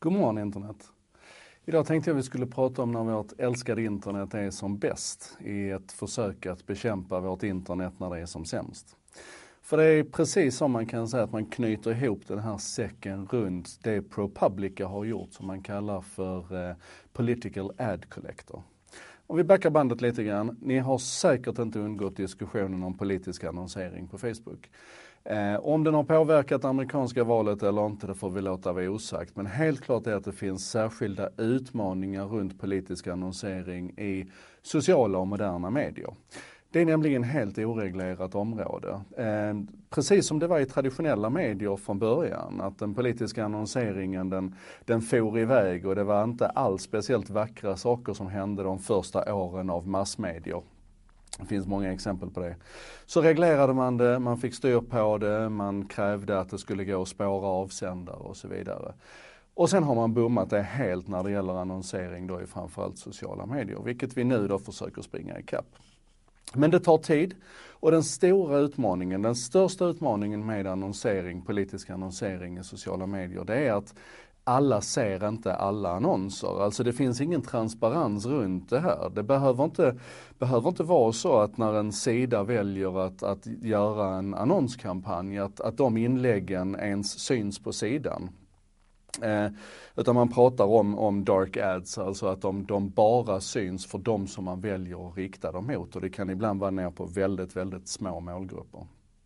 God morgon internet. Idag tänkte jag vi skulle prata om när vårt älskade internet är som bäst i ett försök att bekämpa vårt internet när det är som sämst. För det är precis som man kan säga att man knyter ihop den här säcken runt det ProPublica har gjort som man kallar för Political Ad Collector. Om vi backar bandet lite grann, ni har säkert inte undgått diskussionen om politisk annonsering på Facebook. Om den har påverkat det amerikanska valet eller inte, det får vi låta vara osagt. Men helt klart är att det finns särskilda utmaningar runt politisk annonsering i sociala och moderna medier. Det är nämligen helt oreglerat område. Precis som det var i traditionella medier från början, att den politiska annonseringen den for iväg och det var inte alls speciellt vackra saker som hände de första åren av massmedier. Det finns många exempel på det. Så reglerade man det, man fick styr på det, man krävde att det skulle gå att spåra avsändare och så vidare. Och sen har man bommat det helt när det gäller annonsering då i framförallt sociala medier, vilket vi nu då försöker springa ikapp. Men det tar tid och den största utmaningen med annonsering, politisk annonsering i sociala medier, det är att alla ser inte alla annonser. Alltså det finns ingen transparens runt det här. Det behöver inte vara så att när en sida väljer att göra en annonskampanj att de inläggen ens syns på sidan. Utan man pratar om dark ads, alltså att de bara syns för de som man väljer att rikta dem mot. Och det kan ibland vara ner på väldigt, väldigt små målgrupper.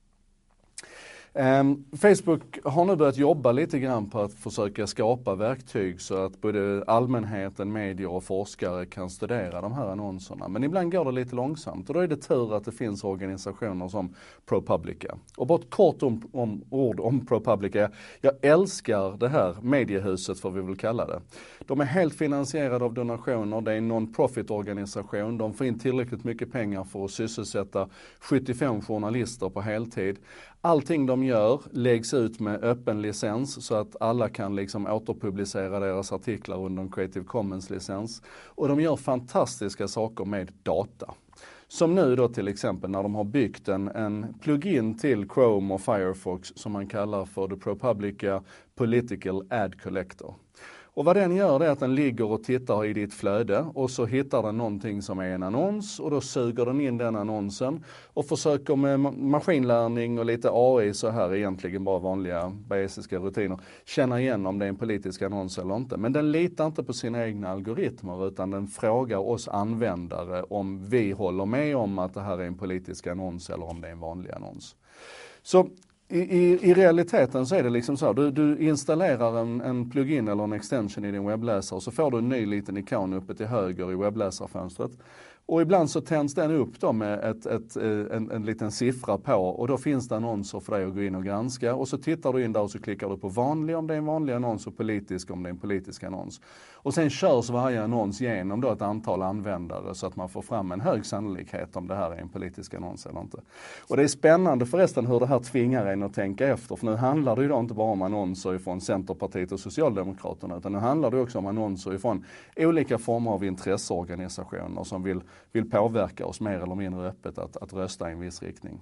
Facebook har nu börjat jobba lite grann på att försöka skapa verktyg så att både allmänheten, medier och forskare kan studera de här annonserna. Men ibland går det lite långsamt och då är det tur att det finns organisationer som ProPublica. Och bara ett kort ord om ProPublica. Jag älskar det här mediehuset, får vi väl kalla det. De är helt finansierade av donationer, det är en non-profit organisation. De får in tillräckligt mycket pengar för att sysselsätta 75 journalister på heltid. Allting de gör läggs ut med öppen licens så att alla kan liksom återpublicera deras artiklar under en Creative Commons-licens. Och de gör fantastiska saker med data. Som nu då till exempel när de har byggt en plugin till Chrome och Firefox som man kallar för The ProPublica Political Ad Collector. Och vad den gör är att den ligger och tittar i ditt flöde och så hittar den någonting som är en annons och då suger den in den annonsen och försöker med maskinlärning och lite AI, så här egentligen bara vanliga bayesiska rutiner, känna igen om det är en politisk annons eller inte. Men den litar inte på sina egna algoritmer utan den frågar oss användare om vi håller med om att det här är en politisk annons eller om det är en vanlig annons. Så I realiteten så är det liksom så här, du installerar en plugin eller en extension i din webbläsare och så får du en ny liten ikon uppe till höger i webbläsarfönstret. Och ibland så tänds den upp då med en liten siffra på och då finns det annonser för dig att gå in och granska. Och så tittar du in där och så klickar du på vanlig om det är en vanlig annons och politisk om det är en politisk annons. Och sen körs varje annons genom då ett antal användare så att man får fram en hög sannolikhet om det här är en politisk annons eller inte. Och det är spännande förresten hur det här tvingar en att tänka efter. För nu handlar det ju då inte bara om annonser från Centerpartiet och Socialdemokraterna utan nu handlar det också om annonser från olika former av intresseorganisationer som vill påverka oss mer eller mindre öppet att rösta i en viss riktning.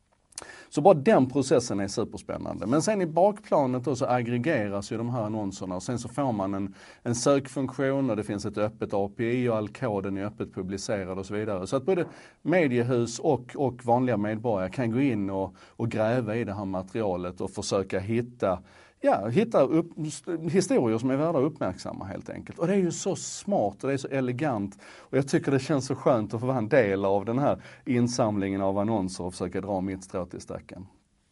Så bara den processen är superspännande. Men sen i bakplanet då så aggregeras ju de här annonserna och sen så får man en sökfunktion och det finns ett öppet API och all koden är öppet publicerad och så vidare. Så att både mediehus och vanliga medborgare kan gå in och gräva i det här materialet och försöka hitta historier som är värda att uppmärksamma helt enkelt. Och det är ju så smart och det är så elegant. Och jag tycker det känns så skönt att få vara en del av den här insamlingen av annonser och försöka dra mitt strå till stacken.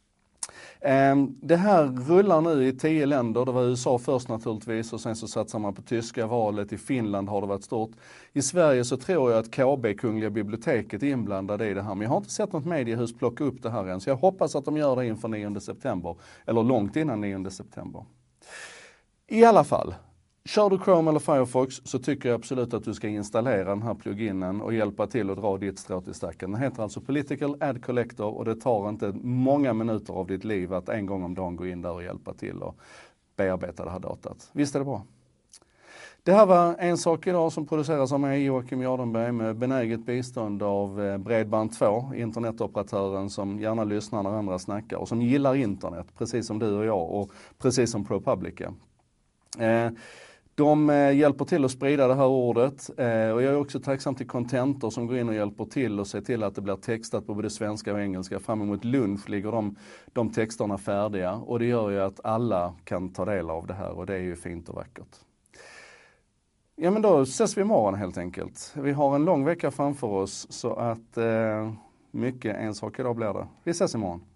Det här rullar nu i 10 länder. Det var USA först naturligtvis och sen så satsar man på tyska valet. I Finland har det varit stort. I Sverige så tror jag att KB, Kungliga biblioteket, är inblandade i det här. Men jag har inte sett något mediehus plocka upp det här än. Så jag hoppas att de gör det inför 9 september. Eller långt innan 9 september. I alla fall. Kör du Chrome eller Firefox så tycker jag absolut att du ska installera den här pluginen och hjälpa till att dra ditt strå till stacken. Den heter alltså Political Ad Collector och det tar inte många minuter av ditt liv att en gång om dagen gå in där och hjälpa till och bearbeta det här datat. Visst är det bra? Det här var En sak idag som produceras av mig, Joakim Jardenberg, med benäget bistånd av Bredband2, internetoperatören som gärna lyssnar när andra snackar och som gillar internet, precis som du och jag och precis som ProPublica. De hjälper till att sprida det här ordet och jag är också tacksam till Contentor som går in och hjälper till och ser till att det blir textat på både svenska och engelska. Fram emot lunch ligger de texterna färdiga och det gör ju att alla kan ta del av det här och det är ju fint och vackert. Ja men då ses vi imorgon helt enkelt. Vi har en lång vecka framför oss så att mycket en sak idag blir det. Vi ses imorgon.